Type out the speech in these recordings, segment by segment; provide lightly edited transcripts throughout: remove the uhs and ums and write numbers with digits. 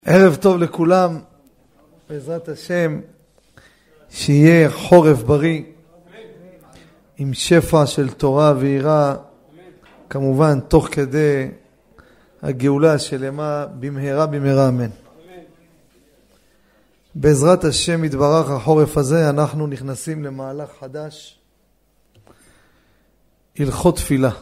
ערב טוב לכולם, בעזרת השם, שיהיה חורף בריא, עם שפע של תורה ויראה, כמובן תוך כדי הגאולה השלמה במהרה במהרה אמן. בעזרת השם יתברך החורף הזה אנחנו נכנסים למהלך חדש, הלכות תפילה.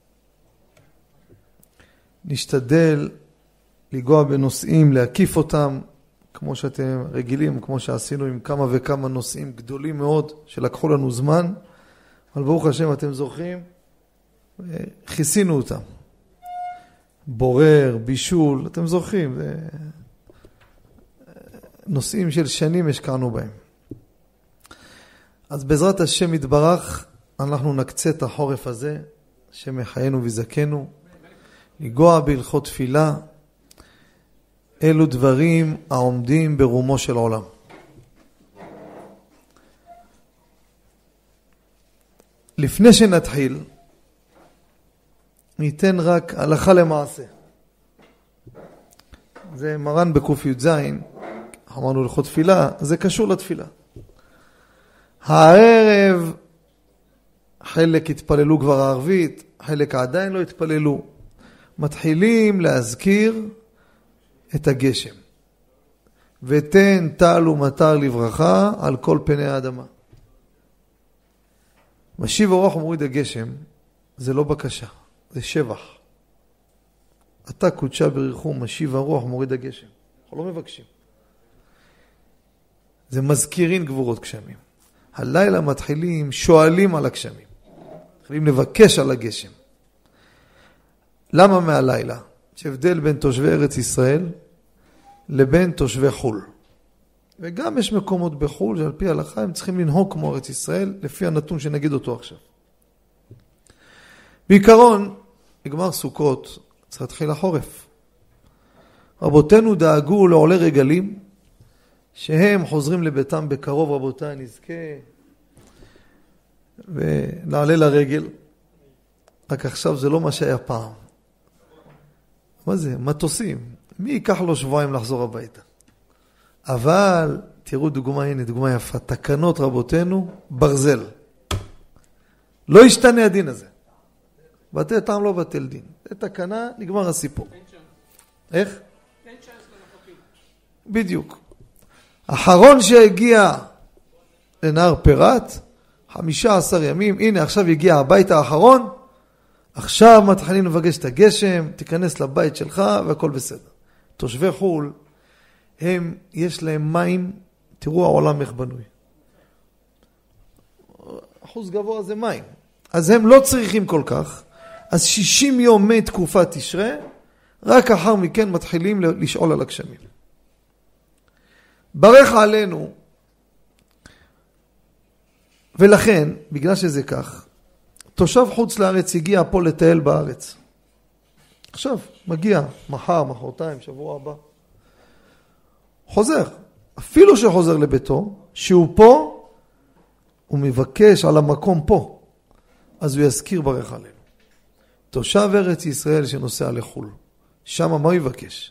נשתדל לגוע בנושאים, להקיף אותם, כמו שאתם רגילים, כמו שעשינו עם כמה וכמה נושאים גדולים מאוד, שלקחו לנו זמן, אבל ברוך השם אתם זוכרים, חיסינו אותם. בורר, בישול, אתם זוכרים, זה נושאים של שנים השקענו בהם. אז בעזרת השם יתברך, אנחנו נקצה את החורף הזה, שמחיינו וזכנו, לגוע בהלכות תפילה, אלו דברים העומדים ברומו של עולם. לפני שנתחיל, ניתן רק הלכה למעשה. זה מרן בקוף י"ז, אמרנו הלכות תפילה, זה קשור לתפילה. הערב חלק התפללו כבר הערבית, חלק עדיין לא התפללו. מתחילים להזכיר את הגשם. ותן טל ומטר לברכה על כל פני האדמה. משיב הרוח ומוריד הגשם, זה לא בקשה, זה שבח. אתה קודשה בריחו, משיב הרוח ומוריד הגשם. אנחנו לא מבקשים. זה מזכירים גבורות גשמים. הלילה מתחילים, שואלים על הגשמים. מתחילים לבקש על הגשם. למה מהלילה? יש הבדל בין תושבי ארץ ישראל לבין תושבי חול. וגם יש מקומות בחול שעל פי ההלכה הם צריכים לנהוג כמו ארץ ישראל, לפי הנתון שנגיד אותו עכשיו. בעיקרון, נגמר סוכות, צריך להתחיל החורף. רבותינו דאגו לעולי רגלים, שהם חוזרים לביתם בקרוב, רבותיי, נזכה ונעלה לרגל. רק עכשיו זה לא מה שהיה פעם. מה זה? מטוסים. מי ייקח לו שבועיים לחזור הביתה? אבל תראו דוגמה, הנה דוגמה יפה. תקנות רבותינו, ברזל. לא ישתנה הדין הזה. בתי טעם לא בטל דין. זה תקנה, נגמר הסיפור. איך? בדיוק. אחרון שהגיע לנהר פירת, 15 ימים, הנה עכשיו הגיע הבית האחרון, עכשיו מתחילים לבקש את הגשם, תיכנס לבית שלך והכל בסדר. תושבי חול, יש להם מים, תראו העולם איך בנוי. אחוז גבוה זה מים. אז הם לא צריכים כל כך. אז 60 יום מתקופת תשרה, רק אחר מכן מתחילים לשאול על הגשמים. ברך עלינו, ולכן, בגלל שזה כך, תושב חוץ לארץ הגיע פה לטייל בארץ. עכשיו, מגיע מחר, מחרתיים, שבוע הבא. חוזר. אפילו שחוזר לביתו, שהוא פה, הוא מבקש על המקום פה. אז הוא יזכיר ברך עלינו. תושב ארץ ישראל שנוסע לחול. שמה מה הוא יבקש?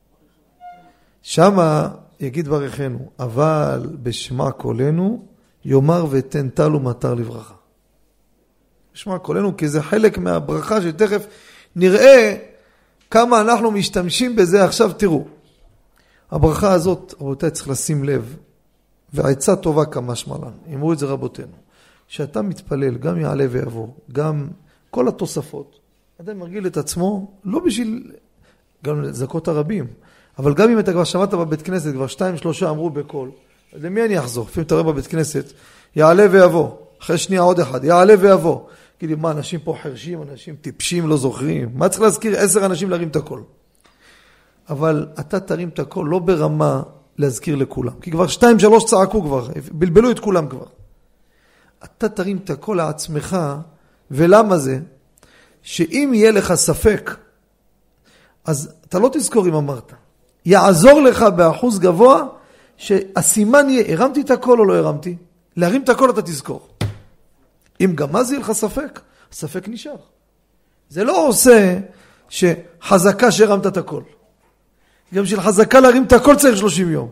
שמה יגיד ברכנו, אבל בשמע קולנו, יאמר ותן טל ומטר לברכה. בשמע קולנו, כי זה חלק מהברכה שתכף נראה כמה אנחנו משתמשים בזה עכשיו. תראו, הברכה הזאת, רבותיי, צריך לשים לב, והעצה טובה כמה שמלן, אמרו את זה רבותינו, שאתה מתפלל, גם יעלה ויבוא, גם כל התוספות, אדם מרגיל את עצמו, לא בשביל גם לזכות הרבים, אבל גם אם אתה כבר שמעת בבית כנסת, כבר 2-3 אמרו בקול, אז למי אני אחזור? לפעמים אתה רואה בבית כנסת, יעלה ויבוא, אחרי שנייה עוד אחד, יעלה ויבוא. כאילו, מה, אנשים פה חרשים, אנשים טיפשים, לא זוכרים. מה צריך להזכיר? 10 אנשים להרים את הכל. אבל אתה תרים את הכל, לא ברמה להזכיר לכולם. כי כבר 2-3 צעקו כבר, בלבלו את כולם כבר. אתה תרים את הכל לעצמך, ולמה זה? שאם יהיה לך ספק, אז אתה לא תזכור אם אמרת. יעזור לך באחוז גבוה, שהסימן יהיה, הרמתי את הכל או לא הרמתי? להרים את הכל אתה תזכור. אם גם מה זה יהיה לך ספק, הספק נשאר. זה לא עושה שחזקה שהרמת את הכל. גם בשביל חזקה להרים את הכל צריך 30 יום.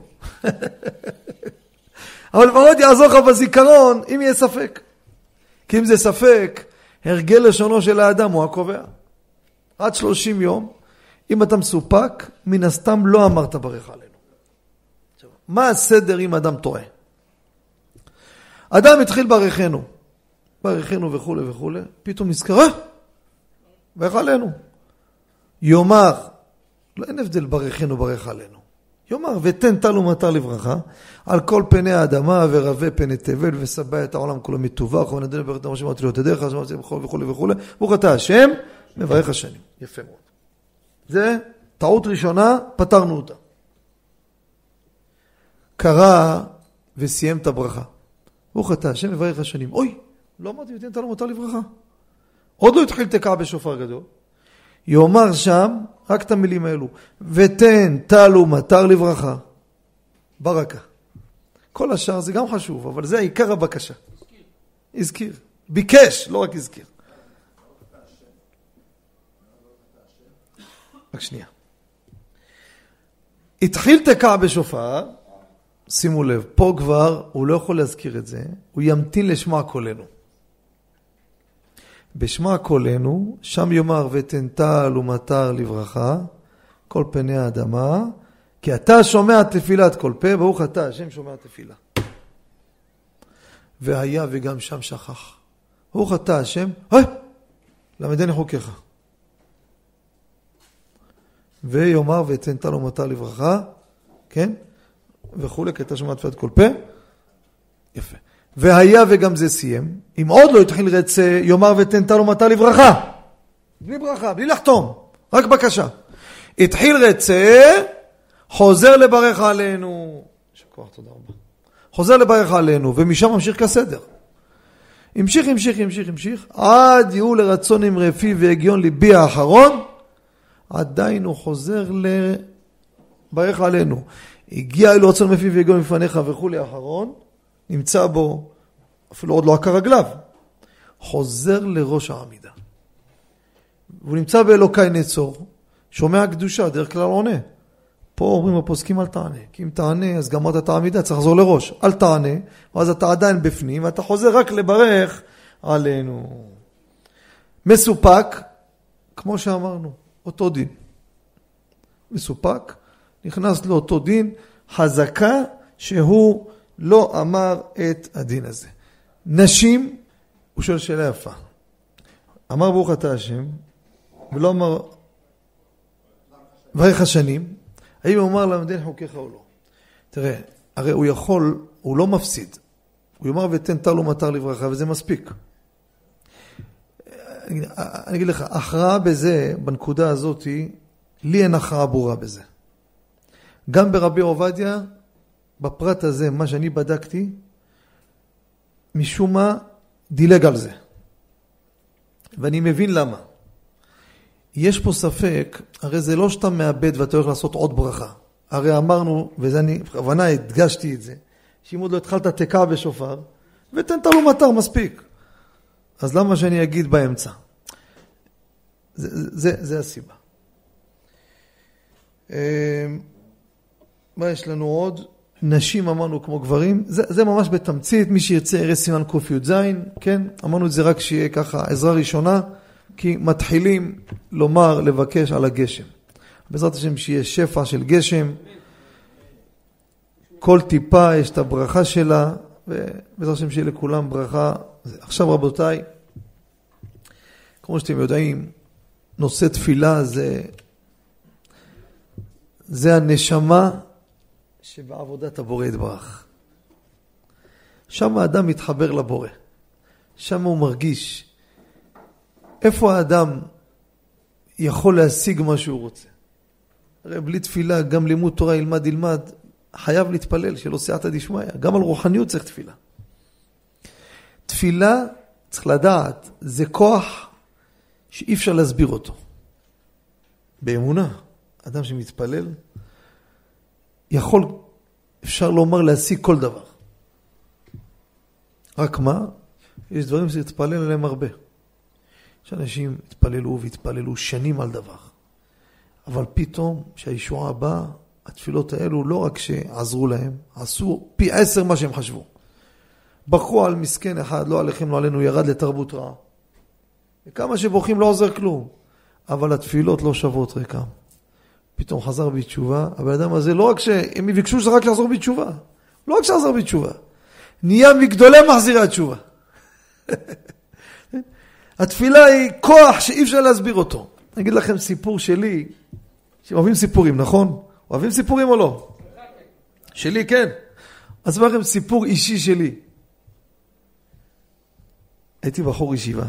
אבל לפחות יעזור לך בזיכרון אם יהיה ספק. כי אם זה ספק, הרגל לשונו של האדם הוא הקובע. עד 30 יום, אם אתה מסופק, מן הסתם לא אמרת ברך עלינו. מה הסדר אם אדם טועה? אדם התחיל ברכנו וכו' וכו', פתאום נזכר, ברך עלינו. יאמר, לא אין הבדל ברכנו ברך עלינו. יאמר, ותן טל ומטר לברכה, על כל פני האדמה ורבה פני תבל, וסבא את העולם כולו מטווח, ונדן ברך את המשה מרתי לו את הדרך, וכו' וכו' וכו', ברוך אתה השם, מברך השנים. יפה מאוד. זה טעות ראשונה, פתרנו אותה. קרא וסיים את הברכה. ברוך אתה השם, מברך השנים. אוי, לא אמרתי, ותן טל ומטר לברכה. עוד לא התחיל תקע בשופר גדול. יאמר שם, רק את המילים האלו, ותן טל ומטר לברכה. ברכה. כל השאר זה גם חשוב, אבל זה העיקר הבקשה. הזכיר. ביקש, לא רק הזכיר. רק שנייה. התחיל תקע בשופר, שימו לב, פה כבר הוא לא יכול להזכיר את זה, הוא ימתין לשמע קולנו. בשמע קולנו, שם יאמר ותן טל ומטר לברכה, כל פני האדמה, כי אתה שומע תפילת כל פה, ברוך אתה, השם שומע תפילה. והיה וגם שם שכח. ברוך אתה, השם, למדני חוקיך. ויאמר ותן טל ומטר לברכה, כן? וכו', כי אתה שומע תפילת כל פה. יפה. והיה וגם זה סיים. אם עוד לא התחיל רצה, יאמר ותן טל ומטר לברכה. בלי ברכה, בלי לחתום. רק בקשה. התחיל רצה, חוזר לברך עלינו. שכוח, תודה רבה. חוזר לברך עלינו, ומשם ממשיך כסדר. המשיך, עד יהיו לרצון עם רפי והגיון ליבי האחרון, עדיין הוא חוזר לברך עלינו. הגיע אלו רצון רפי והגיון מפניך וכו' האחרון, נמצא בו, אפילו עוד לא עקר רגליו, חוזר לראש העמידה. והוא נמצא באלוקי נצור, שומע קדושה, דרך כלל עונה. פה אומרים הפוסקים אל תענה, כי אם תענה אז גמרת את העמידה, צריך לחזור לראש. אל תענה, ואז אתה עדיין בפנים, ואתה חוזר רק לברך עלינו. מסופק, כמו שאמרנו, אותו דין. מסופק, נכנס לאותו דין, חזקה שהוא לא אמר את הדין הזה. נשים, הוא שואל שאלה יפה. אמר ברוך אתה השם, ולא אמר ברך השנים, האם הוא אמר למדן חוקיך או לא? תראה, הרי הוא יכול, הוא לא מפסיד. הוא יאמר ותן טל ומטר לברכה, וזה מספיק. אני אגיד לך, הכרעה בזה, בנקודה הזאת, לי אין הכרעה ברורה בזה. גם ברבי עובדיה, בפרט הזה, מה שאני בדקתי, משום מה דילג על זה. ואני מבין למה. יש פה ספק, הרי זה לא שאתה מאבד ואתה הולך לעשות עוד ברכה. הרי אמרנו, וזה אני, בכוונה הדגשתי את זה, שאם עוד לא התחלת תקע בשופר, ותן טל ומטר מספיק. אז למה שאני אגיד באמצע? זה הסיבה. מה יש לנו עוד? נשים אמרנו כמו גברים, זה ממש בתמצית, מי שירצה יראה סימן ק"י, כן? אמרנו את זה רק שיהיה ככה עזרה ראשונה, כי מתחילים לומר, לבקש על הגשם. בעזרת השם שיהיה שפע של גשם, כל טיפה יש את הברכה שלה, ובעזרת השם שיהיה לכולם ברכה. עכשיו רבותיי, כמו שאתם יודעים, נושא תפילה זה הנשמה שבעבודת הבורא יתברך. שם האדם מתחבר לבורא. שם הוא מרגיש איפה האדם יכול להשיג מה שהוא רוצה. הרי בלי תפילה, גם לימוד תורה ילמד, חייב להתפלל שלא סייעתא דשמיא. גם על רוחניות צריך תפילה. תפילה, צריך לדעת, זה כוח שאי אפשר להסביר אותו. באמונה, אדם שמתפלל, יכול, אפשר לומר, להשיג כל דבר. רק מה? יש דברים שתתפלל עליהם הרבה. יש אנשים התפללו והתפללו שנים על דבר. אבל פתאום שהישועה באה, התפילות האלו לא רק שעזרו להם, עשו פי 10 מה שהם חשבו. בחרו על מסכן אחד, לא עליכם, לא עלינו, ירד לתרבות רעה. וכמה שבוכים לא עוזר כלום. אבל התפילות לא שוות ריקם. פתאום חזר בתשובה, הבן אדם הזה לא רק שהם ביקשו שזה רק יחזור בתשובה. לא רק שחזר בתשובה. נהיה מגדולי מחזירי התשובה. התפילה היא כוח שאי אפשר להסביר אותו. אני אגיד לכם סיפור שלי, שאוהבים סיפורים, נכון? אוהבים סיפורים או לא? שלי, כן. אז אספר לכם סיפור אישי שלי. הייתי בחור ישיבה,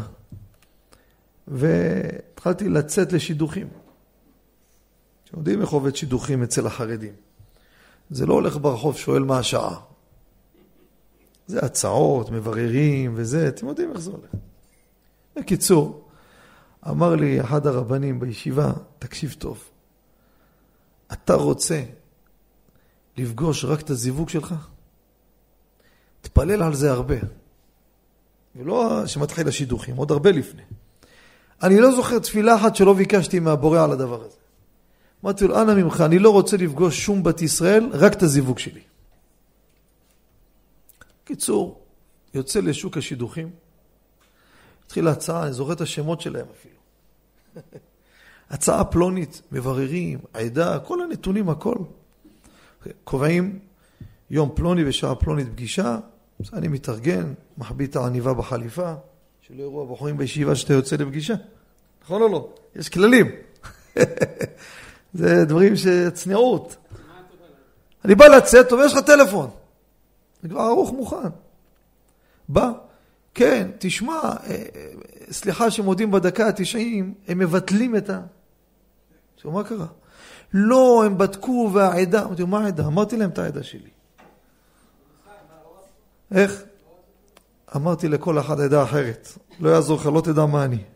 והתחלתי לצאת לשידוכים. אתם יודעים איך עובד שידוכים אצל החרדים. זה לא הולך ברחוב, שואל מה השעה. זה הצעות, מבררים וזה, אתם יודעים איך זה הולך. בקיצור, אמר לי אחד הרבנים בישיבה, תקשיב טוב, אתה רוצה לפגוש רק את הזיווג שלך? תפלל על זה הרבה. ולא שמתחיל השידוכים, עוד הרבה לפני. אני לא זוכר תפילה אחת שלא ביקשתי מהבורא על הדבר הזה. אמרתי לו, אנא ממך, אני לא רוצה לפגוש שום בת ישראל, רק את הזיווג שלי. קיצור, יוצא לשוק השידוכים, התחילה הצעה, אני זוכר את השמות שלהם אפילו. הצעה פלונית, מבררים, עדה, כל הנתונים, הכל. קובעים יום פלוני ושעה פלונית פגישה, אני מתארגן, מחביא העניבה בחליפה, שלא יראו הבחורים בישיבה שאתה יוצא לפגישה. נכון או לא? יש כללים. זה דברים שצניעות. אני בא לצאת, אומר, יש לך טלפון. אני כבר ערוך מוכן. בא, כן, תשמע, סליחה שמודים בדקה ה-90, הם מבטלים את מה קרה? לא, הם בדקו והעדה, אמרתי, מה העדה? אמרתי להם את העדה שלי. איך? אמרתי לכל אחד עדה אחרת. לא יעזור לך, לא תדע מה אני.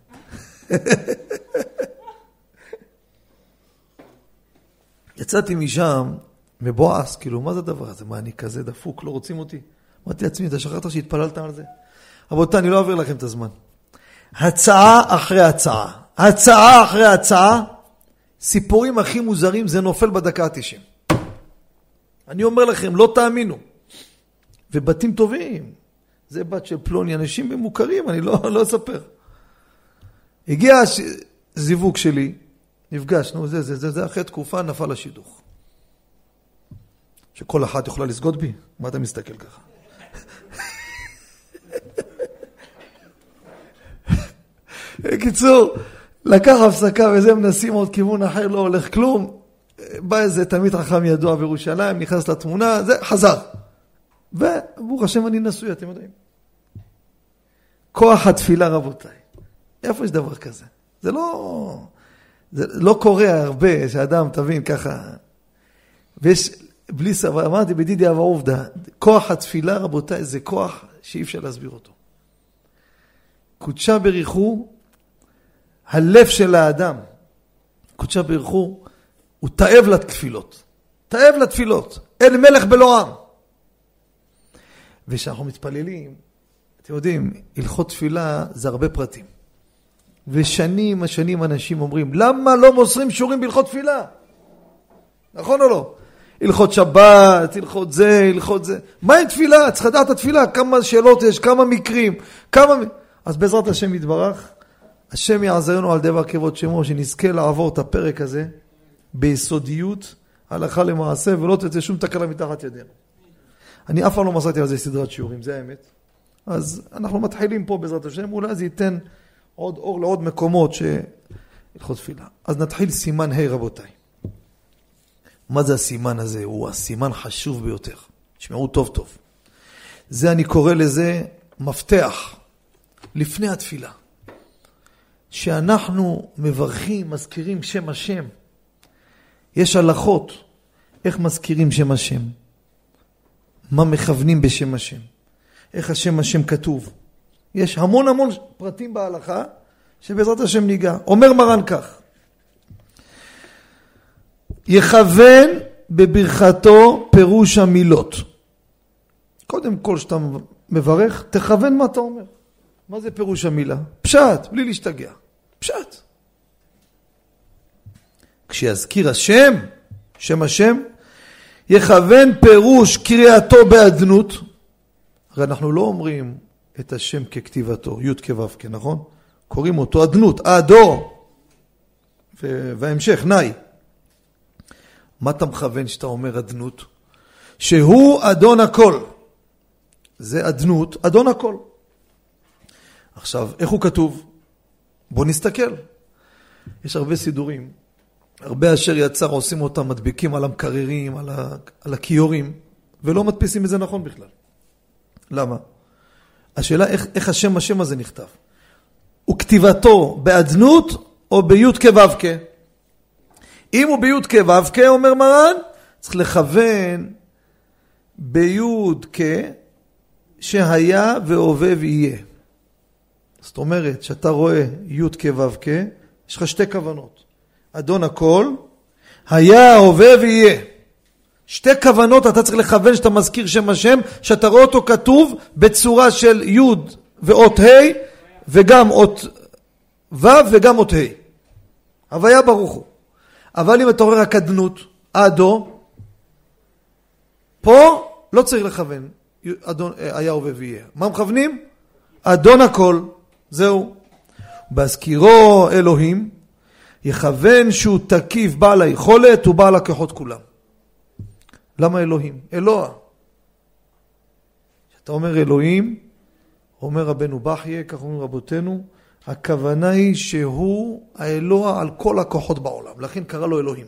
יצאתי משם, מבועס, כאילו, מה זה הדבר הזה? מה, אני כזה דפוק, לא רוצים אותי? אמרתי לעצמי, אתה שכחת שהתפללת על זה? רבותיי, אני לא אעביר לכם את הזמן. הצעה אחרי הצעה. הצעה אחרי הצעה, סיפורים הכי מוזרים, זה נופל בדקה ה-90. אני אומר לכם, לא תאמינו. ובתים טובים. זה בת של פלוני, אנשים מוכרים, אני לא אספר. הגיע זיווג שלי, נפגשנו, זה אחרי תקופה נפל השידוך. שכל אחת יכולה לסגוד בי? מה אתה מסתכל ככה? בקיצור, לקח הפסקה וזה מנסים עוד כיוון אחר, לא הולך כלום. בא איזה תלמיד חכם ידוע בירושלים, נכנס לתמונה, זה חזר. וברוך השם אני נשוי, אתם יודעים. כוח התפילה רבותיי. איפה יש דבר כזה? זה לא קורה הרבה שאדם תבין ככה. ויש, בלי סבא, אמרתי בדידי אבא עובדה, כוח התפילה רבותיי זה כוח שאי אפשר להסביר אותו. קודשה בריחו, הלב של האדם, קודשה בריחו, הוא תאב לתפילות. תאב לתפילות. אין מלך בלא עם. ושאנחנו מתפללים, אתם יודעים, הלכות תפילה זה הרבה פרטים. ושנים אנשים אומרים, למה לא מוסרים שיעורים בהלכות תפילה? נכון או לא? הלכות שבת, הלכות זה, הלכות זה. מה עם תפילה? צריך לדעת התפילה, כמה שאלות יש, כמה מקרים, אז בעזרת השם יתברך, השם יעזרנו על דבר כבוד שמו, שנזכה לעבור את הפרק הזה, ביסודיות, הלכה למעשה, ולא תצא שום תקלה מתחת ידינו. אני אף פעם לא מסעתי על זה סדרת שיעורים, זה האמת. אז אנחנו מתחילים פה בעזרת השם, אולי זה ייתן עוד אור לעוד מקומות הלכות תפילה. אז נתחיל סימן ה' רבותיי. מה זה הסימן הזה? הוא הסימן חשוב ביותר. תשמעו טוב טוב. זה אני קורא לזה מפתח לפני התפילה. שאנחנו מברכים, מזכירים שם השם. יש הלכות איך מזכירים שם השם. מה מכוונים בשם השם. איך השם השם כתוב. יש המון פרטים בהלכה שבעזרת השם ניגע. אומר מרן כך. יכוון בברכתו פירוש המילות. קודם כל שאתה מברך, תכוון מה אתה אומר. מה זה פירוש המילה? פשט, בלי להשתגע. פשט. כשיזכיר השם, שם השם, יכוון פירוש קריאתו באדנות. הרי אנחנו לא אומרים את השם ככתיבתו, י' כו' כ', נכון? קוראים אותו אדנות, אדו, וההמשך, נאי. מה אתה מכוון שאתה אומר אדנות? שהוא אדון הכל. זה אדנות, אדון הכל. עכשיו, איך הוא כתוב? בוא נסתכל. יש הרבה סידורים. הרבה אשר יצר עושים אותם, מדביקים על המקררים, על הכיורים, ולא מדפיסים את זה נכון בכלל. למה? השאלה איך השם הזה נכתב. וכתיבתו באדנות או בי' כו' כ'. אם הוא בי' כו' כ', אומר מרן, צריך לכוון בי' כ' שהיה והווה ויהיה. זאת אומרת, שאתה רואה י' כו' כ', יש לך שתי כוונות. אדון הכל, היה, הווה ויהיה. שתי כוונות אתה צריך לכוון שאתה מזכיר שם השם, שאתה רואה אותו כתוב בצורה של י' ואות ה' וגם אות ו' וגם אות ה'. הוויה ברוך הוא. אבל אם אתה רואה רק אדנות, אדו, פה לא צריך לכוון, אדון, היה הווה ויהיה. מה מכוונים? אדון הכל, זהו. בהזכירו אלוהים, יכוון שהוא תקיף בעל היכולת ובעל הכוחות כולם. למה אלוהים? אלוה. כשאתה אומר אלוהים, אומר רבנו בחיה, כך אומרים רבותינו, הכוונה היא שהוא האלוה על כל הכוחות בעולם. לכן קרא לו אלוהים.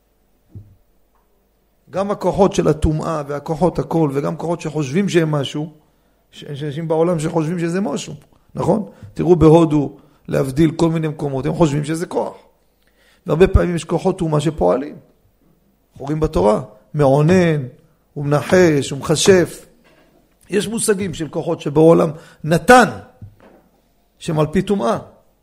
גם הכוחות של הטומאה והכוחות הכל, וגם כוחות שחושבים שהם משהו, יש אנשים בעולם שחושבים שזה משהו, נכון? תראו בהודו, להבדיל כל מיני מקומות, הם חושבים שזה כוח. והרבה פעמים יש כוחות טומאה שפועלים. קוראים בתורה, מעונן, ומנחש, ומחשף. יש מושגים של כוחות שבעולם נתן, שהם על פי טומאה.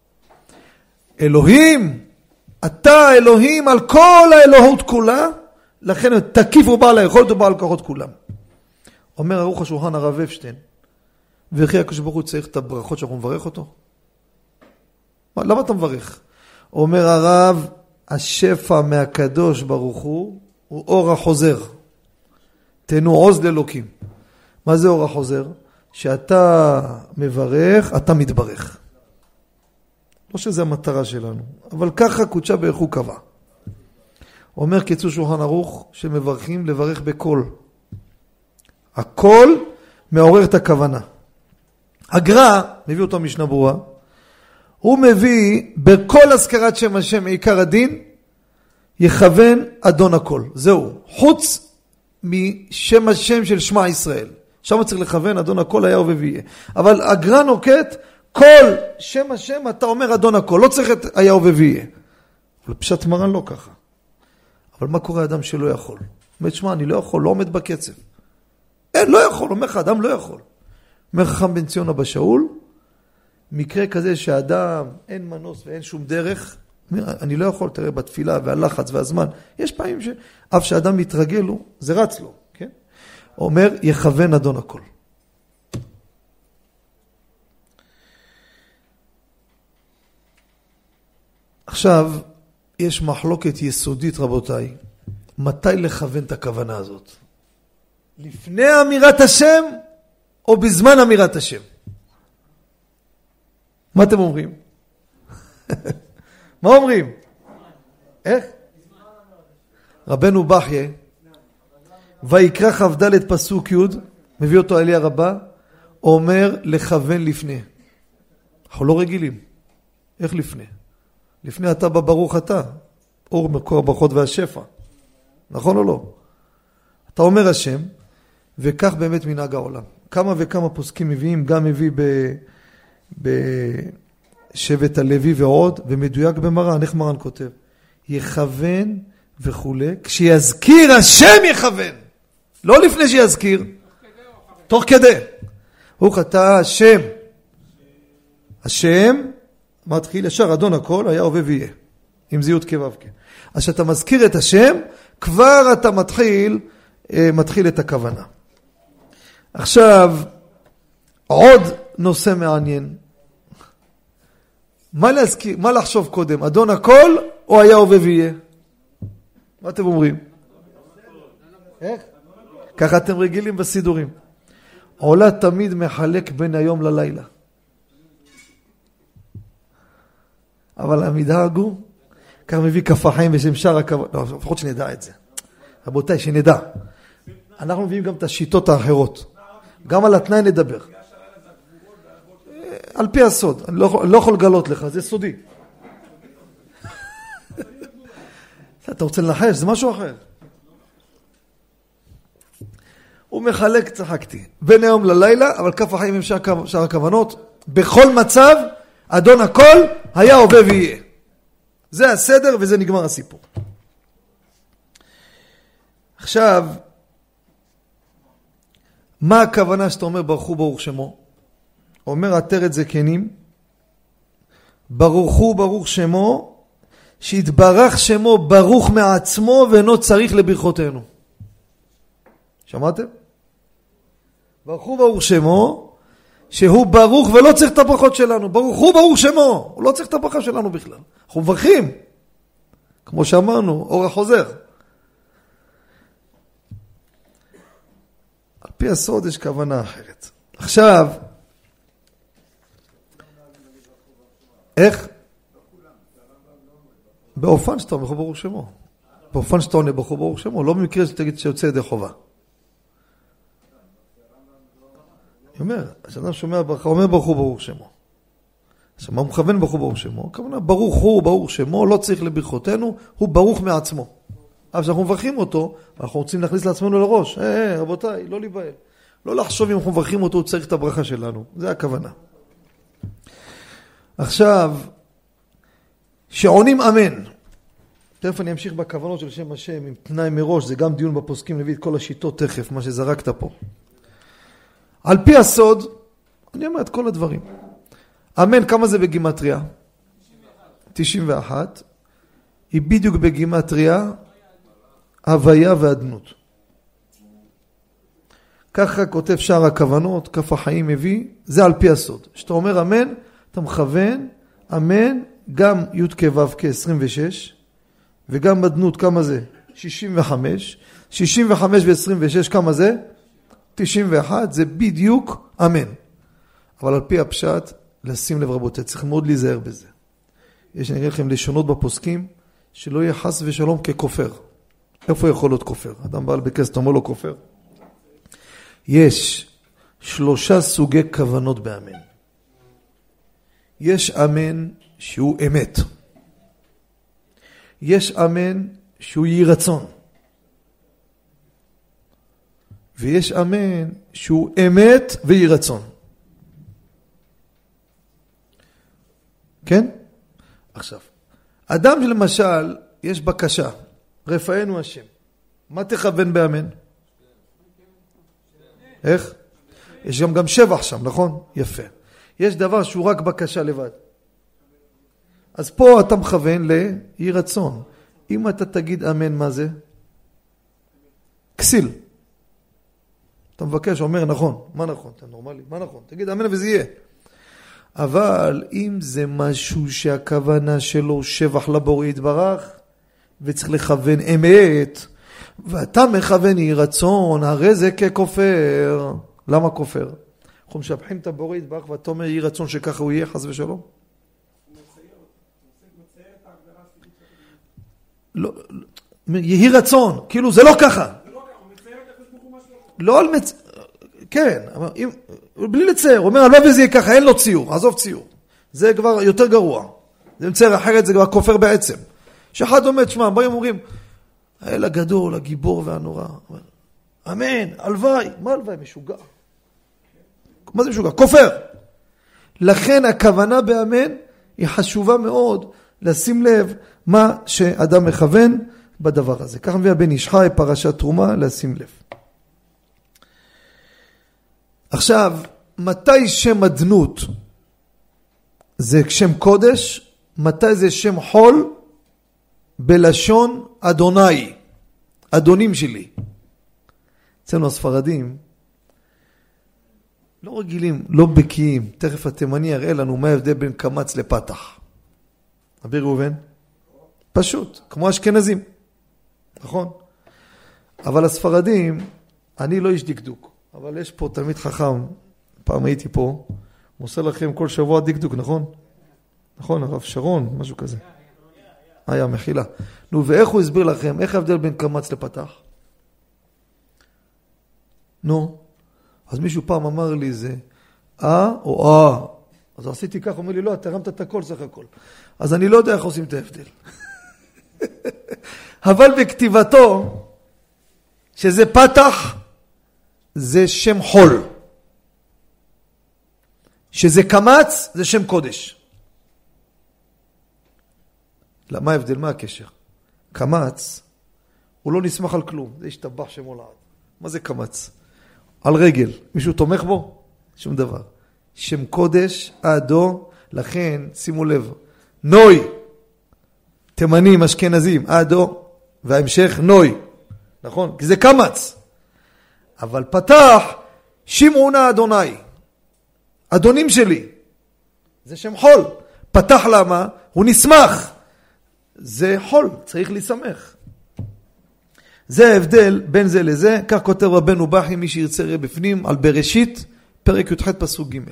אלוהים, אתה אלוהים על כל האלוהות כולה, לכן תקיפו בעל היכולת ובעל כוחות כולם. אומר ערוך השולחן הרב אפשטיין, וכי הקדוש ברוך הוא צריך את הברכות שאנחנו מברך אותו? למה אתה מברך? אומר הרב, השפע מהקדוש ברוך הוא אור החוזר. תנו עוז לאלוקים. מה זה אור החוזר? שאתה מברך, אתה מתברך. לא שזה המטרה שלנו, אבל ככה קודשה בערך הוא קבע. אומר קיצור שולחן ערוך שמברכים לברך בכל. הכל מעורר את הכוונה. הגר"א, מביא אותו משנה ברורה, הוא מביא בכל הזכרת שם השם עיקר הדין, יכוון אדון הכל. זהו. חוץ משם השם של שמע ישראל. שם צריך לכוון אדון הכל היה הווה ויהיה. אבל הגר"א נוקט, כל שם השם אתה אומר אדון הכל. לא צריך את היה הווה ויהיה. אבל פשט מרן לא ככה. אבל מה קורה אדם שלא יכול? אומר, שמע, אני לא יכול, לא עומד בקצב. אין, לא יכול. אומר לך, אדם לא יכול. אומר חכם בן ציון אבא שאול, מקרה כזה שאדם אין מנוס ואין שום דרך, אני לא יכול, תראה בתפילה והלחץ והזמן, יש פעמים שאף שאדם מתרגל לו, זה רץ לו, כן? אומר, יכוון אדון הכל. עכשיו, יש מחלוקת יסודית רבותיי, מתי לכוון את הכוונה הזאת? לפני אמירת השם, או בזמן אמירת השם? מה אתם אומרים? מה אומרים? איך? רבנו בחיה, ויקרא כ"ד פסוק י', מביא אותו אליה רבה, אומר לכוון לפני. אנחנו לא רגילים. איך לפני? לפני אתה בברוך אתה, אור מקור הברכות והשפע. נכון או לא? אתה אומר השם, וכך באמת מנהג העולם. כמה וכמה פוסקים מביאים, גם מביא בשבט הלוי ועוד, ומדויק במרן, איך מרן כותב? יכוון וכו', כשיזכיר השם יכוון. לא לפני שיזכיר, תוך כדי. הוא חטא השם. השם מתחיל ישר, אדון הכל, היה הווה ויהיה. עם זהות כו' כ'. אז שאתה מזכיר את השם, כבר אתה מתחיל את הכוונה. עכשיו, עוד נושא מעניין. מה להזכיר, מה לחשוב קודם? אדון הכל או היה הווה ויהיה? מה אתם אומרים? איך? ככה אתם רגילים בסידורים. עולה תמיד מחלק בין היום ללילה. אבל המדרג הוא, כך מביא כף החיים בשם שאר הכבוד. לא, לפחות שנדע את זה. רבותיי, שנדע. אנחנו מביאים גם את השיטות האחרות. גם על התנאי נדבר. על פי הסוד. אני לא יכול לגלות לך, זה סודי. אתה רוצה לנחש, זה משהו אחר. הוא מחלק, צחקתי, בין היום ללילה, אבל כף החיים עם שאר הכוונות. בכל מצב, אדון הכל היה הווה ויהיה. זה הסדר וזה נגמר הסיפור. עכשיו, מה הכוונה שאתה אומר ברוך הוא ברוך שמו? אומר עטרת זקנים, ברוך הוא ברוך שמו, שהתברך שמו ברוך מעצמו ואינו צריך לברכותינו. שמעתם? ברוך הוא ברוך שמו, שהוא ברוך ולא צריך את הברכות שלנו. ברוך הוא ברוך שמו, הוא לא צריך את הברכה שלנו בכלל. אנחנו מברכים, כמו שאמרנו, אור החוזר. על פי הסוד יש כוונה אחרת. עכשיו, איך? באופן שאתה אומר ברוך שמו. באופן שאתה עונה ברוך הוא ברוך שמו, לא במקרה שתגיד שיוצא ידי חובה. אני אומר, כשאדם שומע ברכה, אומר ברוך הוא ברוך שמו. עכשיו, מה הוא מכוון ברוך הוא ברוך שמו? הכוונה, ברוך הוא ברוך שמו, לא צריך לברכותינו, הוא ברוך מעצמו. אבל כשאנחנו מברכים אותו, אנחנו רוצים להכניס לעצמנו לראש. רבותיי, לא להיבהל. לא לחשוב אם אנחנו מברכים אותו, הוא צריך את הברכה שלנו. זה הכוונה. עכשיו, שעונים אמן. תכף אני אמשיך בכוונות של שם השם עם תנאי מראש, זה גם דיון בפוסקים, נביא את כל השיטות תכף, מה שזרקת פה. על פי הסוד, אני אומר את כל הדברים. אמן, כמה זה בגימטריה? 91. היא בדיוק בגימטריה, הוויה ואדנות. ככה כותב שאר הכוונות, כף החיים מביא, זה על פי הסוד. כשאתה אומר אמן, אתה מכוון, אמן, גם י' כו' כ-26, וגם בדנות כמה זה? 65. 65 ו-26 כמה זה? 91, זה בדיוק אמן. אבל על פי הפשט, לשים לב רבותיי, צריך מאוד להיזהר בזה. יש אני אגיד לכם לשונות בפוסקים, שלא יהיה חס ושלום ככופר. איפה יכול להיות כופר? אדם בעל בכסת אומר לו כופר. יש 3 סוגי כוונות באמן. יש אמן שהוא אמת. יש אמן שהוא יהי רצון. ויש אמן שהוא אמת ויהי רצון. כן? עכשיו, אדם שלמשל יש בקשה, רפאנו השם. מה תכוון באמן? איך? יש גם שבח שם, נכון? יפה. יש דבר שהוא רק בקשה לבד. אז פה אתה מכוון ליהי רצון. אם אתה תגיד אמן, מה זה? כסיל. אתה מבקש, אומר נכון. מה נכון? אתה נורמלי. מה נכון? תגיד אמן וזה יהיה. אבל אם זה משהו שהכוונה שלו שבח לבורא יתברך, וצריך לכוון אמת, ואתה מכוון יהי רצון, הרי זה ככופר. למה כופר? אנחנו משבחים את הבורא יתברך, ואתה אומר יהי רצון שככה הוא יהיה, חס ושלום. לא, יהי רצון, כאילו זה לא ככה. לא על כן, בלי לצייר, הוא אומר, הלוואי וזה יהיה ככה, אין לו ציור, עזוב ציור. זה כבר יותר גרוע. זה מצייר אחרת, זה כבר כופר בעצם. שאחד עומד, שמה, באים אומרים, האל הגדול, הגיבור והנורא. אמן, הלוואי. מה הלוואי? משוגע. מה זה משוגע? כופר. לכן הכוונה באמן היא חשובה מאוד לשים לב מה שאדם מכוון בדבר הזה. כך מביא הבן איש חי, פרשת תרומה, לשים לב. עכשיו, מתי שם אדנות זה שם קודש, מתי זה שם חול? בלשון אדוני, אדונים שלי. אצלנו הספרדים לא רגילים, לא בקיאים. תכף התימני יראה לנו מה ההבדל בין קמץ לפתח. אביר ראובן? פשוט, כמו אשכנזים. נכון? אבל הספרדים, אני לא איש דקדוק, אבל יש פה תלמיד חכם, פעם הייתי פה, מוסר לכם כל שבוע דקדוק, נכון? נכון, הרב שרון, משהו כזה. היה, מחילה. נו, ואיך הוא הסביר לכם, איך ההבדל בין קמץ לפתח? נו, אז מישהו פעם אמר לי זה, או אז עשיתי כך, הוא אומר לי, לא, אתה הרמת את הכל סך הכל. אז אני לא יודע איך עושים את ההבדל. אבל בכתיבתו, שזה פתח, זה שם חול. שזה קמץ, זה שם קודש. למה ההבדל? מה הקשר? קמץ, הוא לא נסמך על כלום. זה ישתבח שמו לעד. מה זה קמץ? על רגל. מישהו תומך בו? שום דבר. שם קודש, עדו, לכן, שימו לב, נוי, תימנים, אשכנזים, עדו, וההמשך נוי. נכון? כי זה קמץ. אבל פתח, שמעונה אדוני. אדונים שלי. זה שם חול. פתח למה? הוא נשמח. זה חול, צריך להסמך. זה ההבדל בין זה לזה. כך כותב רבנו בכי, מי שירצה ראה בפנים, על בראשית, פרק י"ח פסוק ג'.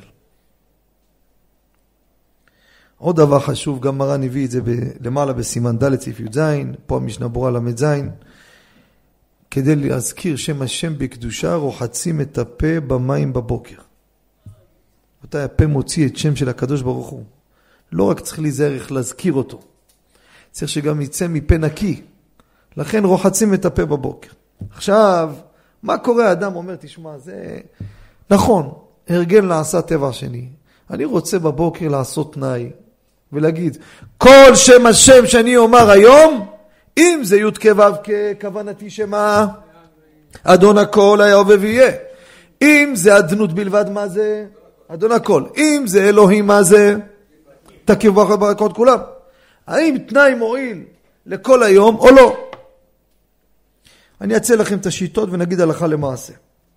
עוד דבר חשוב, גם מרן הביא את זה למעלה בסימן ד' סעיף י"ז, פה המשנה ברורה למ"ז, כדי להזכיר שם השם בקדושה, רוחצים את הפה במים בבוקר. מתי הפה מוציא את שם של הקדוש ברוך הוא. לא רק צריך להיזהר איך להזכיר אותו, צריך שגם יצא מפה נקי. לכן רוחצים את הפה בבוקר. עכשיו, מה קורה? האדם אומר, תשמע, זה נכון, הרגל נעשה טבע שני. אני רוצה בבוקר לעשות תנאי, ולהגיד, כל שם השם שאני אומר היום, אם זה י' כו' כוונתי שמה, אדון הכל היה הווה ויהיה. אם זה אדנות בלבד, מה זה? אדון הכל. אם זה אלוהים, מה זה? תקיף ברכות כולם. האם תנאי מועיל לכל היום או לא? אני אצא לכם את השיטות ונגיד הלכה למעשה.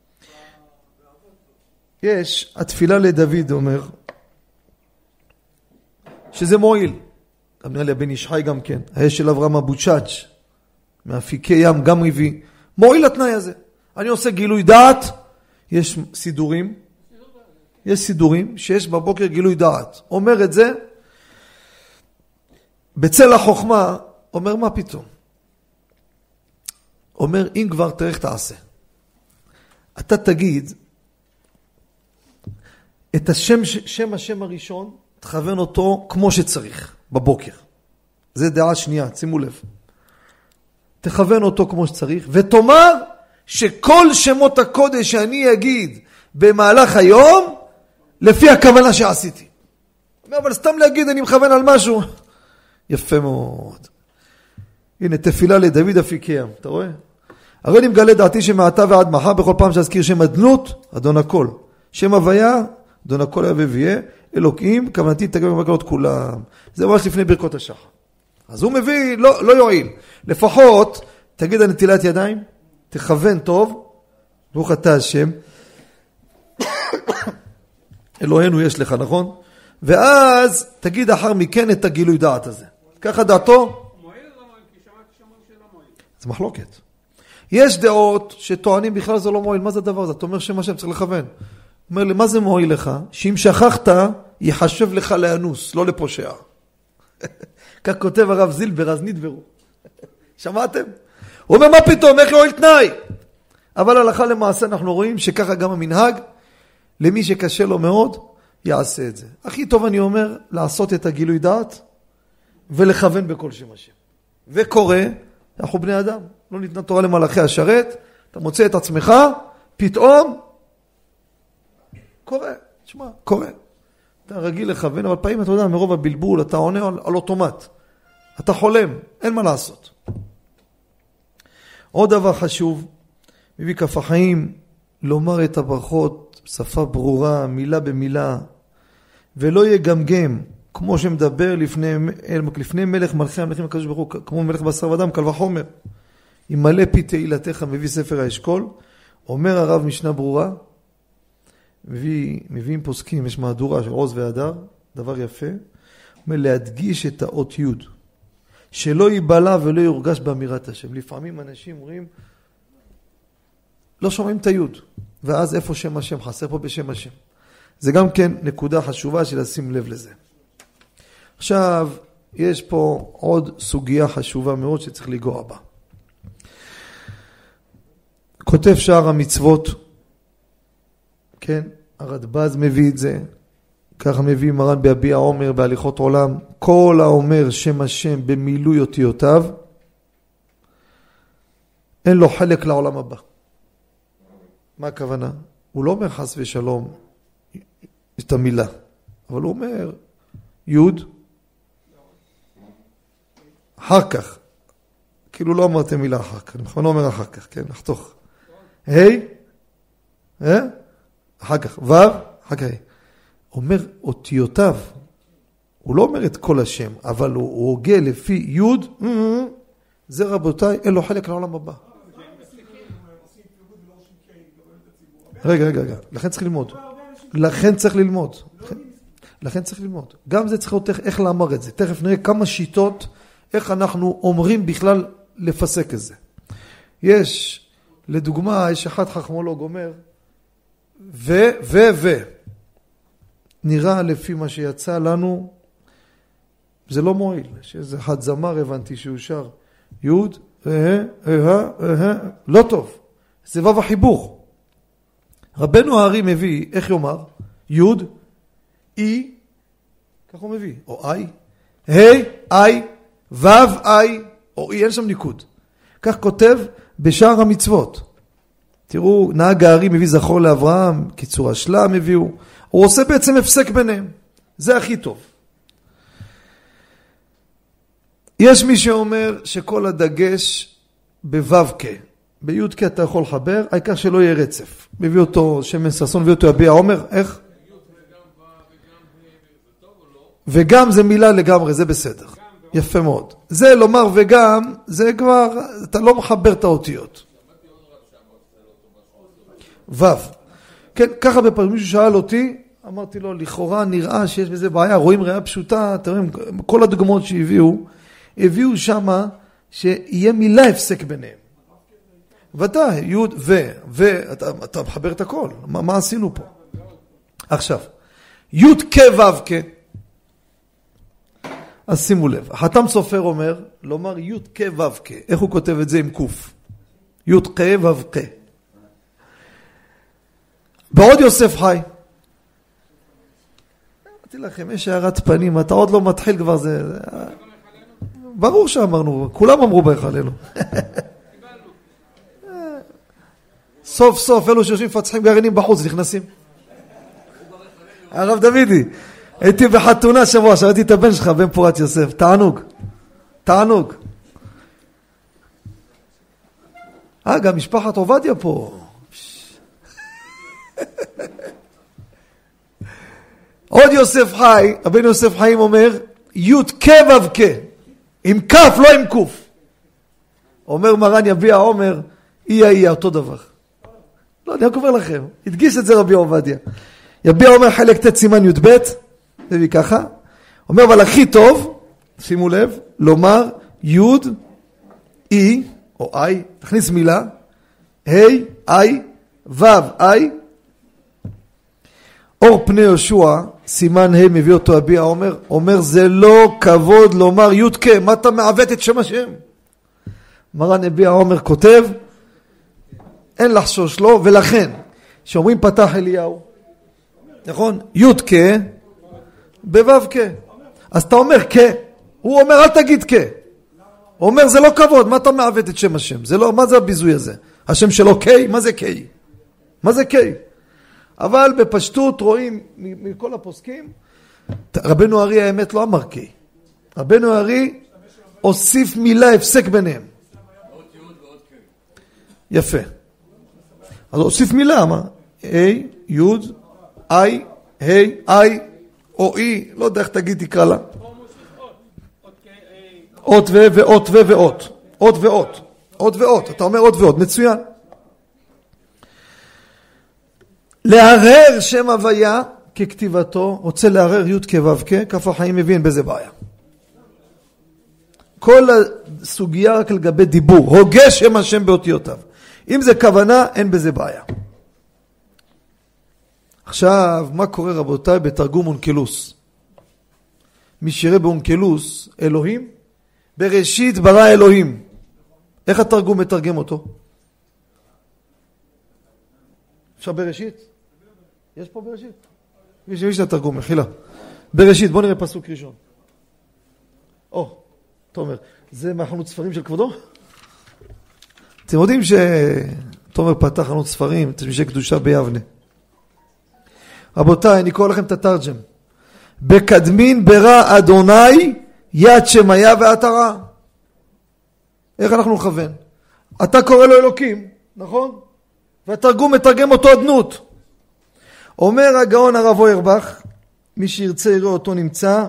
יש, התפילה לדוד אומר, שזה מועיל. גם נראה לי הבן ישחי גם כן. האש של אברהם אבוצ'אץ' מאפיקי ים גם הביא. מועיל התנאי הזה. אני עושה גילוי דעת. יש סידורים. יש סידורים שיש בבוקר גילוי דעת. אומר את זה. בצל החוכמה, אומר מה פתאום? אומר אם כבר תראה תעשה. אתה תגיד את השם הראשון, תכוון אותו כמו שצריך, בבוקר. זה דעה שנייה, שימו לב. תכוון אותו כמו שצריך, ותאמר שכל שמות הקודש שאני אגיד במהלך היום, לפי הכוונה שעשיתי. אבל סתם להגיד אני מכוון על משהו. יפה מאוד. הנה, תפילה לדוד אפיקי ים, אתה רואה? הרי אני מגלה דעתי שמעתה ועד מחר, בכל פעם שאזכיר שם אדנות, אדון הכל. שם הוויה, אדון הכל היה ויהיה, אלוקים, כוונתי תגמר בקלות כולם. זה ממש לפני ברכות השחר. אז הוא מביא, לא יועיל. לפחות, תגיד הנטילת ידיים, תכוון טוב, ברוך אתה השם. אלוהינו יש לך, נכון? ואז תגיד אחר מכן את הגילוי דעת הזה. ככה דעתו? זה מחלוקת. יש דעות שטוענים בכלל זה לא מועיל. מה זה הדבר הזה? אתה אומר שמה שם צריך לכוון. אומר לי, מה זה מועיל לך? שאם שכחת, יחשב לך לאנוס, לא לפושע. כך כותב הרב זילבר, אז נדברו. שמעתם? הוא אומר, מה פתאום? איך יועיל תנאי? אבל הלכה למעשה אנחנו רואים שככה גם המנהג, למי שקשה לו מאוד, יעשה את זה. הכי טוב אני אומר, לעשות את הגילוי דעת, ולכוון בכל שם השם. וקורא, אנחנו בני אדם, לא ניתנה תורה למלאכי השרת, אתה מוצא את עצמך, פתאום, קורא, תשמע, קורא. אתה רגיל לכוון, אבל פעמים אתה יודע, מרוב הבלבול, אתה עונה על אוטומט. אתה חולם, אין מה לעשות. עוד דבר חשוב, מביא כף החיים, לומר את הברכות, שפה ברורה, מילה במילה, ולא יגמגם, כמו שמדבר לפני מלך מלכי המלכים הקדוש ברוך הוא, כמו מלך בשר ודם, קל וחומר. אם מלא פי תהילתך, מביא ספר האשכול, אומר הרב משנה ברורה, מביאים פוסקים, יש מהדורה של עוז והדר, דבר יפה, אומר להדגיש את האות י', שלא ייבלע ולא יורגש באמירת השם. לפעמים אנשים אומרים, לא שומעים את היוד, ואז איפה שם השם? חסר פה בשם השם. זה גם כן נקודה חשובה של לשים לב לזה. עכשיו, יש פה עוד סוגיה חשובה מאוד שצריך לגוע בה. כותב שער המצוות, כן, הרדב"ז מביא את זה, ככה מביא מרן ביביע עומר בהליכות עולם, כל האומר שם השם במילוי אותיותיו, אין לו חלק לעולם הבא. מה הכוונה? הוא לא אומר חס ושלום את המילה, אבל הוא אומר יוד, אחר כך, כאילו לא אמרתם מילה אחר כך, אני בכוונה אומר אחר כך, כן, נחתוך. אחר כך, אחר כך. אומר אותיותיו, הוא לא אומר את כל השם, אבל הוא הוגה לפי יוד, זה רבותיי, אין לו חלק לעולם הבא. רגע, לכן צריך ללמוד. לכן צריך ללמוד. גם זה צריך לראות איך לאמר את זה. תכף נראה כמה שיטות, איך אנחנו אומרים בכלל לפסק את זה. לדוגמה, יש אחד חכמולוג אומר, נראה לפי מה שיצא לנו, זה לא מועיל. שאיזה אחד זמר הבנתי שהוא שר, יוד, לא טוב. זה וו החיבור. רבנו הארי מביא, איך יאמר? יוד, אי, כך הוא מביא, או אי, אי, וו, אי, או אי, אין שם ניקוד. כך כותב בשער המצוות. תראו, נהג הארי מביא זכור לאברהם, קיצור השלם הביאו, הוא עושה בעצם הפסק ביניהם. זה הכי טוב. יש מי שאומר שכל הדגש בו"ק. בי"ק אתה יכול לחבר, העיקר שלא יהיה רצף. מביא אותו שמן ששון, מביא אותו יביע עומר, איך? וגם זה מילה לגמרי, זה בסדר. יפה מאוד. זה לומר וגם, זה כבר, אתה לא מחבר את האותיות. ו'. כן, ככה בפעם מישהו שאל אותי, אמרתי לו, לכאורה נראה שיש בזה בעיה, רואים ראיה פשוטה, אתם רואים, כל הדוגמאות הביאו שמה שיהיה מילה הפסק ביניהם. ודאי, י' ואתה מחבר את הכל, מה עשינו פה? עכשיו, י' כ' ו' כ', אז שימו לב, החתם סופר אומר, לומר י' כ' ו' כ', איך הוא כותב את זה עם קוף? י' כ' ו' כ'. בעוד יוסף חי. אמרתי לכם, יש הערת פנים, אתה עוד לא מתחיל כבר זה. ברור שאמרנו, כולם אמרו בהיכלנו. סוף סוף, אלו שיושבים פצחים גרעינים בחוץ, נכנסים. הרב דוידי, הייתי בחתונה שבוע, שראיתי את הבן שלך, בן פורת יוסף, תענוג. גם משפחת עובדיה פה. עוד יוסף חי, הבן יוסף חיים אומר, י' כ' ו' כ', עם כף, לא עם קוף. אומר מרן יביע עומר, אי אותו דבר. לא, אני רק אומר לכם, הדגיש את זה רבי עובדיה. יביע עומר חלק ת' סימן י' ב', תביא ככה, אומר, אבל הכי טוב, שימו לב, לומר י' אי, או אי, תכניס מילה, אי, ו' אי, אור פני יהושע, סימן ה' מביא אותו יביע עומר, אומר זה לא כבוד לומר י' כ', מה אתה מעוות את שם השם? מרן יביע עומר כותב, אין לחשוש לו, ולכן, שאומרים פתח אליהו, נכון? י' כ' בו' כ', אז אתה אומר כ', הוא אומר אל תגיד כ', הוא אומר זה לא כבוד, מה אתה מעוות את שם השם? זה לא, מה זה הביזוי הזה? השם שלו כ', מה זה כ'? מה זה כ'? אבל בפשטות רואים מכל הפוסקים, רבנו הארי האמת לא אמר כי. רבנו הארי הוסיף מילה הפסק ביניהם. יפה. אז הוסיף מילה, מה? A, י', I, A, I, או E, לא יודע איך תגיד תקרא לה. אות ואות ואות. אות ואות. אות ואות. אתה אומר אות ואות, מצוין. לערער שם הוויה ככתיבתו, רוצה לערער י' כ' ו' כ', כף החיים מבין בזה בעיה. כל הסוגיה רק לגבי דיבור, הוגה שם השם באותיותיו. אם זה כוונה, אין בזה בעיה. עכשיו, מה קורה רבותיי בתרגום אונקלוס? מי שיראה באונקלוס, אלוהים, בראשית ברא אלוהים. איך התרגום מתרגם אותו? אפשר בראשית? יש פה בראשית? מי יש לתרגום, מחילה. בראשית, בוא נראה פסוק ראשון. תומר, זה מהחנות ספרים של כבודו? אתם יודעים שתומר פתח חנות ספרים, תשמישי קדושה ביבנה. רבותיי, אני קורא לכם את התרג'ם. בקדמין ברא אדוני יד שמיה ועטרה. איך אנחנו נכוון? אתה קורא לו אלוקים, נכון? והתרגום מתרגם אותו אדנות. אומר הגאון הרב אוירבך, מי שירצה יראה אותו נמצא,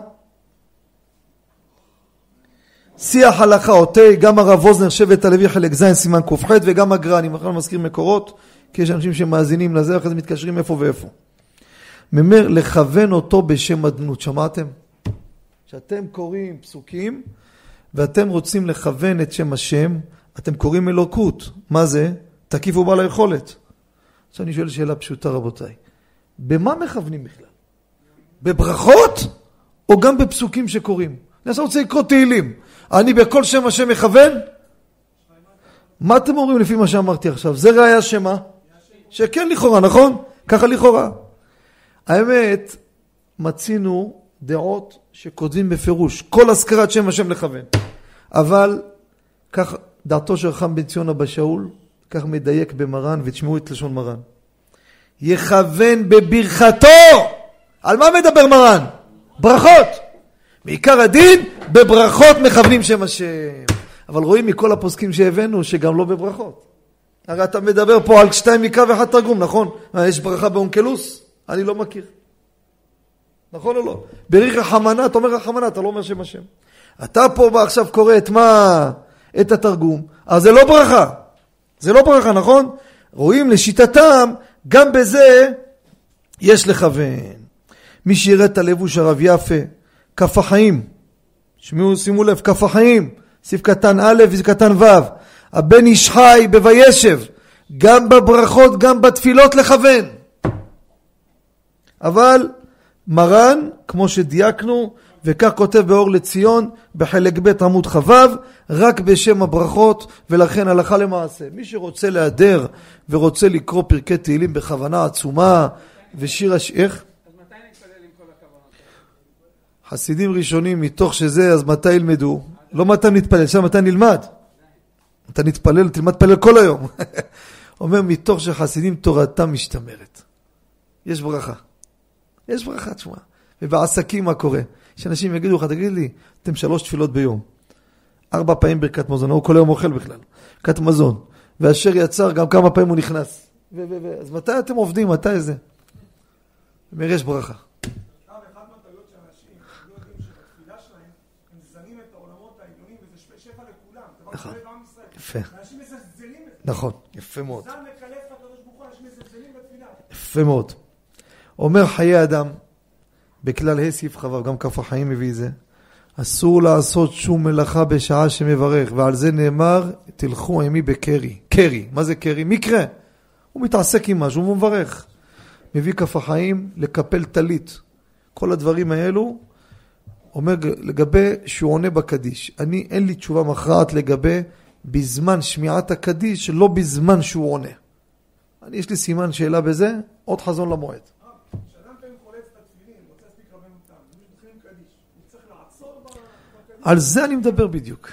שיח הלכה אותי, גם הרב אוזנר שבט הלוי חלק זין סימן ק"ח וגם הגר"א, אני מזכיר מקורות, כי יש אנשים שמאזינים לזה, אחרי זה מתקשרים איפה ואיפה. ממר לכוון אותו בשם אדנות, שמעתם? שאתם קוראים פסוקים, ואתם רוצים לכוון את שם השם, אתם קוראים אלוקות. מה זה? תקיפו בעל היכולת. עכשיו אני שואל שאלה פשוטה רבותיי. במה מכוונים בכלל? בברכות או גם בפסוקים שקוראים? אני רוצה לקרוא תהילים. אני בכל שם השם מכוון? מה אתם אומרים לפי מה שאמרתי עכשיו? זה ראיה שמה? שכן לכאורה, נכון? ככה לכאורה. האמת, מצינו דעות שכותבים בפירוש. כל הזכרת שם השם לכוון. אבל כך דעתו של חכם בן ציון אבא שאול, כך מדייק במרן, ותשמעו את לשון מרן. יכוון בברכתו. על מה מדבר מרן? ברכות. בעיקר הדין, בברכות מכוונים שם השם. אבל רואים מכל הפוסקים שהבאנו, שגם לא בברכות. הרי אתה מדבר פה על 2 מקרא ו1 תרגום, נכון? יש ברכה באונקלוס? אני לא מכיר. נכון או לא? בריך רחמנה, אתה אומר רחמנה, אתה לא אומר שם השם. אתה פה עכשיו קורא את מה? את התרגום. אז זה לא ברכה. זה לא ברכה, נכון? רואים לשיטתם, גם בזה יש לכוון. מי שיראה את הלבוש הרב יפה, כף החיים. שימו לב, כף החיים. סעיף קטן א' וסעיף קטן ו'. הבן איש חי בוישב. גם בברכות, גם בתפילות לכוון. אבל מרן, כמו שדייקנו, וכך כותב באור לציון, בחלק ב' עמוד חבב, רק בשם הברכות, ולכן הלכה למעשה. מי שרוצה להדר ורוצה לקרוא פרקי תהילים בכוונה עצומה, ושיר איך? אז מתי נתפלל עם כל הכוונות? חסידים ראשונים מתוך שזה, אז מתי ילמדו? לא מתי נתפלל, שם מתי נלמד. אתה נתפלל, תלמד פלל כל היום. אומר, מתוך שחסידים תורתם משתמרת. יש ברכה. יש ברכה, תשמע. ובעסקים מה קורה? שאנשים יגידו לך, תגיד לי, אתם 3 תפילות ביום. 4 פעמים ברכת מזון, הוא כל היום אוכל בכלל. ברכת מזון. ואשר יצר, גם כמה פעמים הוא נכנס. אז מתי אתם עובדים? מתי זה? אומר, יש ברכה. אחד מהטעויות שאנשים לא יודעים שבתפילה שלהם, הם זנים את העולמות העליונים, וזה שפע לכולם. דבר כולל בעם ישראל. יפה. ואנשים מזלזלים את זה. נכון, יפה מאוד. זן מקלף הקדוש ברוך הוא, אנשים מזלזלים בתפילה. יפה מאוד. אומר חיי אדם, בכלל הסיף חבב, גם כף החיים מביא זה, אסור לעשות שום מלאכה בשעה שמברך, ועל זה נאמר, תלכו עמי בקרי. קרי, מה זה קרי? מקרה. הוא מתעסק עם משהו, הוא מברך. מביא כף החיים לקפל תלית. כל הדברים האלו, אומר לגבי שהוא עונה בקדיש. אין לי תשובה מכרעת לגבי בזמן שמיעת הקדיש, לא בזמן שהוא עונה. יש לי סימן שאלה בזה, עוד חזון למועד. כשאדם פעמים חולץ את התפילין, רוצה להספיק רבי מותם, ומתחילים קדיש, הוא צריך לעצור בקדיש. על זה אני מדבר בדיוק.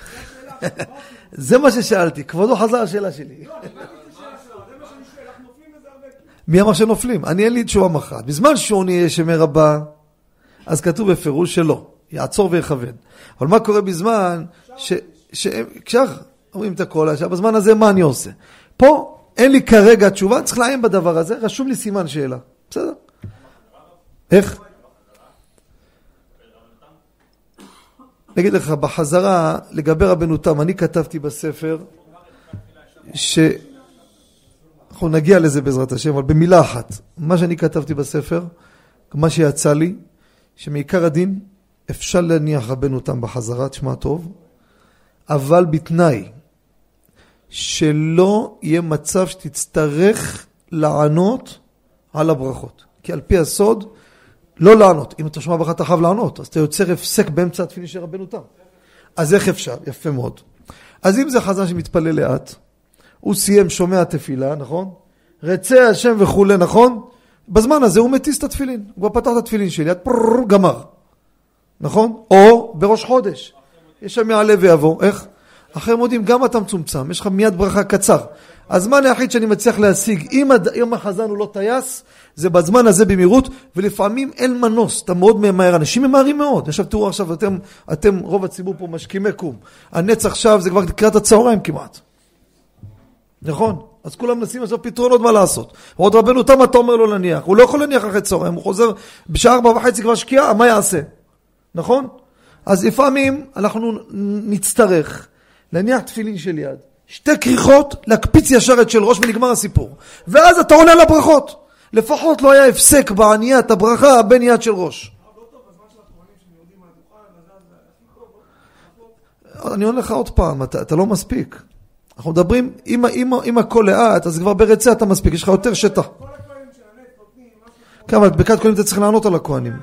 זה מה ששאלתי, כבודו חזר השאלה שלי. לא, אני באתי את השאלה שלה, זה מה שאני שואל, אנחנו נופלים בזה הרבה. מי אמר שנופלים? אין לי תשובה מכרעת. בזמן שהוא נהיה שמר הבא, אז כתוב בפירוש שלא, יעצור ויכוון. אבל מה קורה בזמן כשאר אומרים את הכל, בזמן הזה מה אני עושה? פה אין לי כרגע תשובה, צריך לעיין בדבר הזה, רשום לי סימן שאלה. בסדר? איך? נגיד לך, בחזרה לגבי רבנו תם, אני כתבתי בספר אנחנו נגיע לזה בעזרת השם, אבל במילה אחת, מה שאני כתבתי בספר, מה שיצא לי, שמעיקר הדין אפשר להניח רבנו תם בחזרה, תשמע טוב, אבל בתנאי שלא יהיה מצב שתצטרך לענות על הברכות. כי על פי הסוד, לא לענות. אם אתה שומע ברכה אתה חייב לענות, אז אתה יוצר הפסק באמצע התפילין של רבנו תם. אז איך אפשר? יפה מאוד. אז אם זה חזן שמתפלל לאט, הוא סיים שומע תפילה, נכון? רצה השם וכו', נכון? בזמן הזה הוא מטיס את התפילין. הוא פתח את התפילין שלי, גמר. נכון? או בראש חודש. יש שם יעלה ויבוא. איך? אחרי מודים, גם אתה מצומצם. יש לך מיד ברכה קצר. הזמן היחיד שאני מצליח להשיג, אם החזן הוא לא טייס, זה בזמן הזה במהירות, ולפעמים אין מנוס, אתה מאוד ממהר, אנשים ממהרים מאוד. עכשיו תראו, עכשיו אתם רוב הציבור פה משכימי קום. הנץ עכשיו זה כבר קריאת הצהריים כמעט. נכון? אז כולם מנסים לעשות פתרונות מה לעשות. ועוד רבנו תם אתה אומר לו להניח, הוא לא יכול להניח אחרי צהריים, הוא חוזר בשעה 4:30 כבר שקיעה, מה יעשה? נכון? אז לפעמים אנחנו נצטרך להניח תפילין של יד, שתי כריכות, להקפיץ ישר את של ראש ונגמר הסיפור. ואז אתה עונה לברכות. לפחות לא היה הפסק בעניית הברכה בין יד של ראש. אני עונה לך עוד פעם, אתה לא מספיק. אנחנו מדברים, אם הכל לאט, אז כבר ברצה אתה מספיק, יש לך יותר שטח. כמה, ברכת כהנים אתה צריך לענות על הכהנים.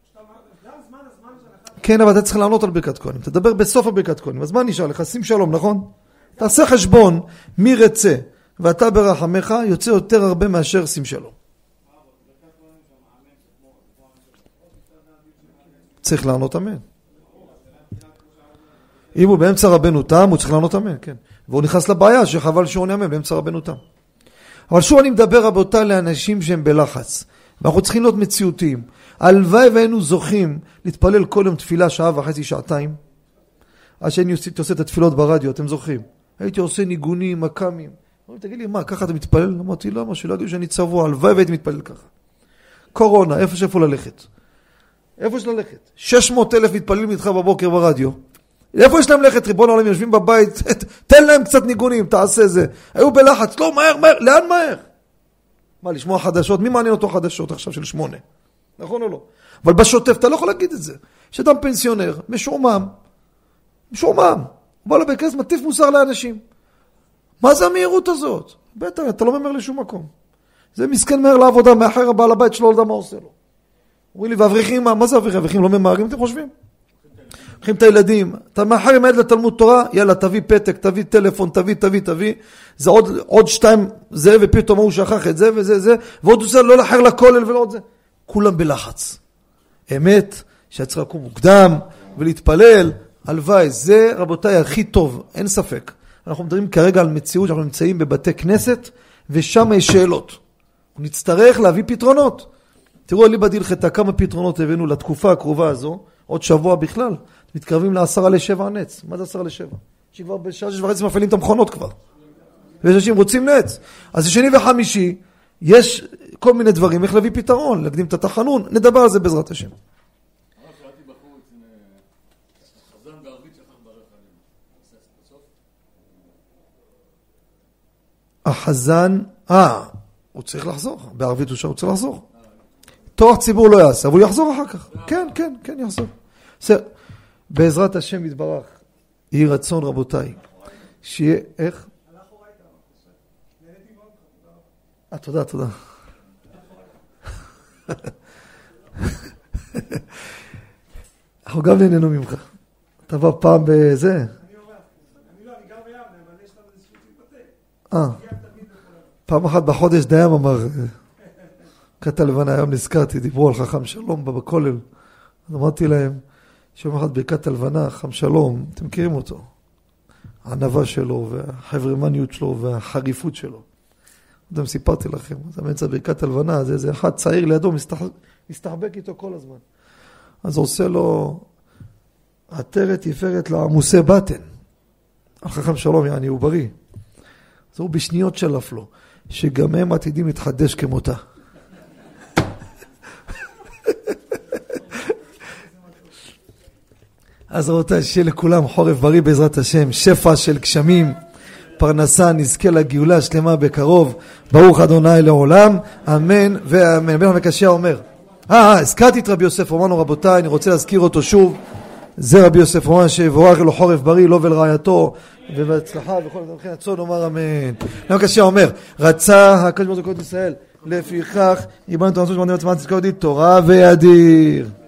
כן, אבל אתה צריך לענות על ברכת כהנים. תדבר בסוף הברכת כהנים. אז מה נשאר לך? שים שלום, נכון? תעשה חשבון מי רצה ואתה ברחמך יוצא יותר הרבה מאשר שים שלום. צריך לענות אמן. אם הוא באמצע רבנו תם, הוא צריך לענות אמן, כן. והוא נכנס לבעיה שחבל שהוא עונה אמן באמצע רבנו תם. אבל שוב אני מדבר רבותיי לאנשים שהם בלחץ. ואנחנו צריכים להיות מציאותיים. הלוואי והיינו זוכים להתפלל כל יום תפילה שעה וחצי, שעתיים. אז שאני עושה את התפילות ברדיו, אתם זוכרים? הייתי עושה ניגונים, מקמים. תגיד לי, מה, ככה אתה מתפלל? אמרתי, למה? שלא אגיד שאני צבוע, הלוואי והייתי מתפלל ככה. קורונה, איפה ללכת? איפה יש ללכת? 600,000 מתפללים איתך בבוקר ברדיו. איפה יש להם ללכת? ריבון העולם יושבים בבית, תן להם קצת ניגונים, תעשה זה. היו בלחץ, לא, מהר, לאן מהר? מה, לשמוע חדשות? מי מעניין אותו חדשות עכשיו של 8? נכון או לא? אבל בשוטף אתה לא יכול להגיד את זה. יש אדם פנסיונר, משועמם. בוא לבית כנסת, מטיף מוסר לאנשים. מה זה המהירות הזאת? בטח, אתה לא ממהר לשום מקום. זה מסכן מהר לעבודה, מאחר הבעל הבית שלו, לא יודע מה עושה לו. אומרים לי, ואברכים, מה זה אברכים? אברכים לא ממהרים, אתם חושבים? לוקחים את הילדים, אתה מאחר עם הילד לתלמוד תורה, יאללה, תביא פתק, תביא טלפון, תביא. זה עוד 2, זה ופתאום הוא שכח את זה וזה, ועוד עושה לא לאחר לכולל ולא עוד זה. כולם בלחץ. אמת, שצריך לקום מוקדם ולהתפלל, הלוואי, זה רבותיי הכי טוב, אין ספק. אנחנו מדברים כרגע על מציאות שאנחנו נמצאים בבתי כנסת, ושם יש שאלות. נצטרך להביא פתרונות. תראו, לי בדילחתה כמה פתרונות הבאנו לתקופה הקרובה הזו, עוד שבוע בכלל, מתקרבים ל6:50 נץ. מה זה 6:50? שכבר בשעה 6:30 מפעילים את המכונות כבר. ויש אנשים רוצים נץ. אז שני וחמישי, יש כל מיני דברים, איך להביא פתרון, להקדים את התחנון, נדבר על זה בעזרת השם. החזן, הוא צריך לחזור, בערבית הוא צריך לחזור. תורך ציבור לא יעשה, אבל הוא יחזור אחר כך. כן, יחזור. בעזרת השם יתברך, יהי רצון רבותיי, שיהיה, איך? תודה. אנחנו גם נהנינו ממך. אתה בא פעם בזה? אני גר ביבנה, אבל יש לנו איזשהו סיפטה. פעם אחת בחודש דיים אמר, קטע לבנה, היום נזכרתי, דיברו על חכם שלום בכולל. אז אמרתי להם, שיום אחד ברכת הלבנה, חכם שלום, אתם מכירים אותו. הענווה שלו והחברמניות שלו והחריפות שלו. אתם סיפרתי לכם, אז באמצע ברכת הלבנה, זה אחד צעיר לידו, מסתחבק איתו כל הזמן. אז עושה לו, עטרת תפארת לעמוסי בטן. החכם שלום, יעני, הוא בריא. אז הוא בשניות שלף לו, שגם הם עתידים להתחדש כמותה. אז רבותיי, שיהיה לכולם חורף בריא בעזרת השם, שפע של גשמים, פרנסה, נזכה לגאולה שלמה בקרוב, ברוך אדוני לעולם, אמן ואמן. בן המקשיא אומר, הזכרתי את רבי יוסף, אמרנו רבותיי, אני רוצה להזכיר אותו שוב, זה רבי יוסף אומר שיבורך לו חורף בריא, לו ולרעייתו, ובהצלחה וכל זה, הצון אומר אמן. למה קשה אומר, רצה הקדוש ברוך הוא ישראל, לפיכך, איבדנו תורתו שבנם עצמם צדקה יהודית, תורה וידיר.